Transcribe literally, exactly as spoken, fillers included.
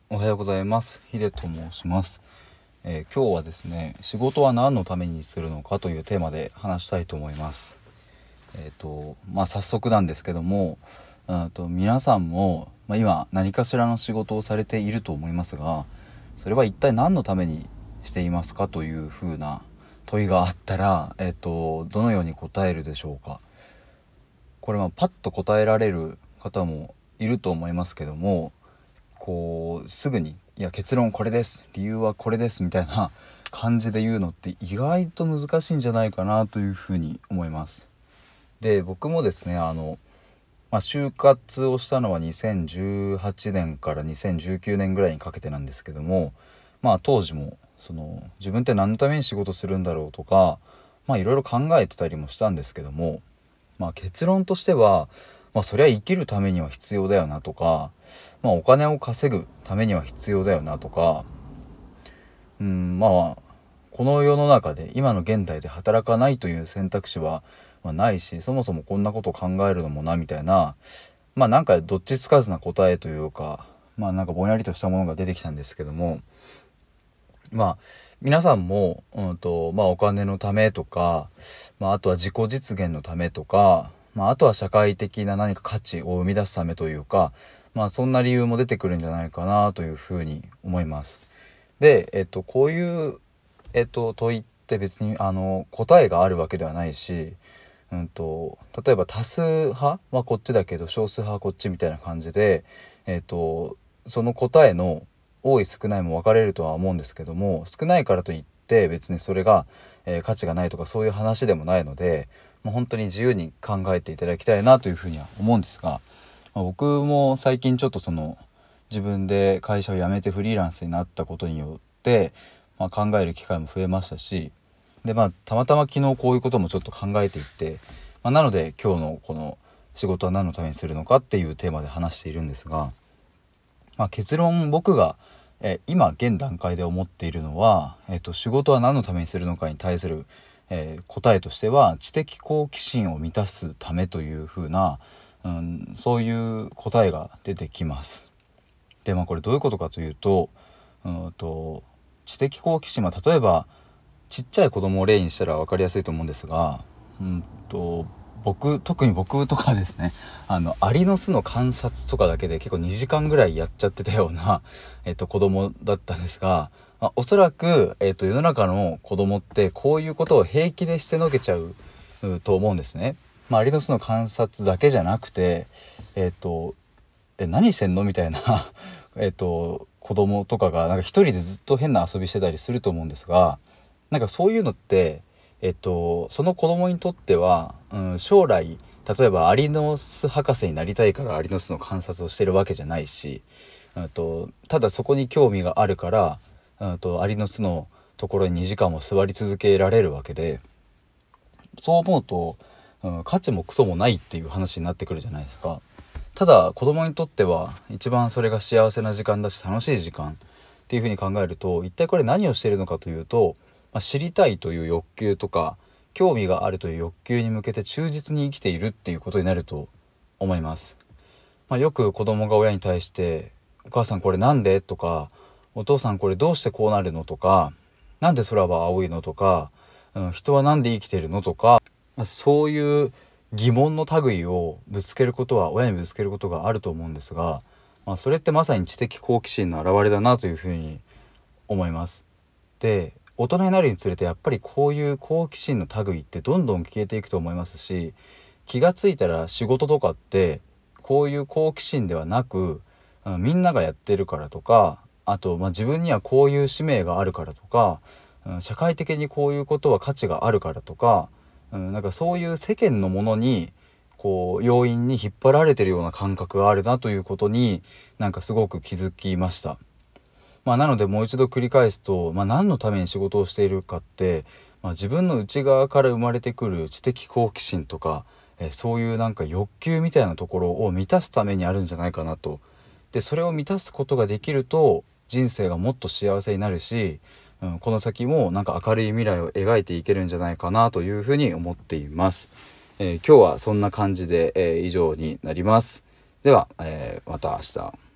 おはようございます。ヒデと申します。えー今日はですね、仕事は何のためにするのかというテーマで話したいと思います。えっ、とまあ早速なんですけども、うんと皆さんも、まあ、今何かしらの仕事をされていると思いますが、それは一体何のためにしていますかというふうな問いがあったら、えっ、とどのように答えるでしょうか。これはパッと答えられる方もいると思いますけども、こうすぐにいや結論これです、理由はこれですみたいな感じで言うのって意外と難しいんじゃないかなというふうに思います。で僕もですねあの、まあ、就活をしたのはにせんじゅうはちねんからにせんじゅうきゅうねんぐらいにかけてなんですけども、まあ当時もその自分って何のために仕事するんだろうとか、まあいろいろ考えてたりもしたんですけども、まあ結論としては、まあそりゃ生きるためには必要だよなとか、まあお金を稼ぐためには必要だよなとか、うん、まあこの世の中で今の現代で働かないという選択肢はまあないし、そもそもこんなことを考えるのもなみたいな、まあなんかどっちつかずな答えというか、まあなんかぼんやりとしたものが出てきたんですけども、まあ皆さんも、うんとまあ、お金のためとか、まあ、あとは自己実現のためとか、まあ、あとは社会的な何か価値を生み出すためというか、まあ、そんな理由も出てくるんじゃないかなというふうに思います。で、えっと、こういう、えっと、問いって別にあの答えがあるわけではないし、うんと、例えば多数派はこっちだけど少数派はこっちみたいな感じで、えっと、その答えの多い少ないも分かれるとは思うんですけども、少ないからといって別にそれが、えー価値がないとかそういう話でもないので、もう本当に自由に考えていただきたいなというふうには思うんですが、まあ僕も最近ちょっとその自分で会社を辞めてフリーランスになったことによって、まあ、考える機会も増えましたし、でまあたまたま昨日こういうこともちょっと考えていって、まあ、なので今日のこの仕事は何のためにするのかっていうテーマで話しているんですが、まあ、結論僕がえ今現段階で思っているのは、えっと、仕事は何のためにするのかに対する、えー答えとしては知的好奇心を満たすためというふうな、うん、そういう答えが出てきます。でまあこれどういうことかというと、うんと知的好奇心は例えばちっちゃい子供を例にしたら分かりやすいと思うんですが、うんと僕特に僕とかですね、あのアリの巣の観察とかだけで結構にじかんぐらいやっちゃってたような、えっと、子供だったんですが、まあ、おそらく、えっと、世の中の子供ってこういうことを平気でしてのけちゃううと思うんですね。まあ、アリの巣の観察だけじゃなくて、えっとえ何してんのみたいなえっと子供とかがなんか一人でずっと変な遊びしてたりすると思うんですが、なんかそういうのってえっとその子供にとっては、うん、将来例えばアリの巣博士になりたいからアリの巣の観察をしてるわけじゃないし、うんとただそこに興味があるから、うんとアリの巣のところににじかんも座り続けられるわけで、そう思うと、うん、価値もクソもないっていう話になってくるじゃないですか。ただ子供にとっては一番それが幸せな時間だし楽しい時間っていうふうに考えると、一体これ何をしているのかというと、まあ、知りたいという欲求とか興味があるという欲求に向けて忠実に生きているっていうことになると思います。まあ、よく子供が親に対して「お母さんこれなんで?」とか「お父さんこれどうしてこうなるの?」とか「なんで空は青いの?」とか、うん、「人はなんで生きてるの?」とか、まあ、そういう疑問の類をぶつけることは親にぶつけることがあると思うんですが、まあ、それってまさに知的好奇心の表れだなというふうに思います。で大人になるにつれてやっぱりこういう好奇心の類ってどんどん消えていくと思いますし、気がついたら仕事とかってこういう好奇心ではなく、うん、みんながやってるからとか、あと、まあ、自分にはこういう使命があるからとか、うん、社会的にこういうことは価値があるからとか、うん、なんかそういう世間のものにこう要因に引っ張られてるような感覚があるなということになんかすごく気づきました。まあ、なのでもう一度繰り返すと、まあ、何のために仕事をしているかって、まあ、自分の内側から生まれてくる知的好奇心とか、えーそういうなんか欲求みたいなところを満たすためにあるんじゃないかなと。でそれを満たすことができると人生がもっと幸せになるし、うん、この先もなんか明るい未来を描いていけるんじゃないかなというふうに思っています。えー今日はそんな感じで、えー以上になります。では、えーまた明日。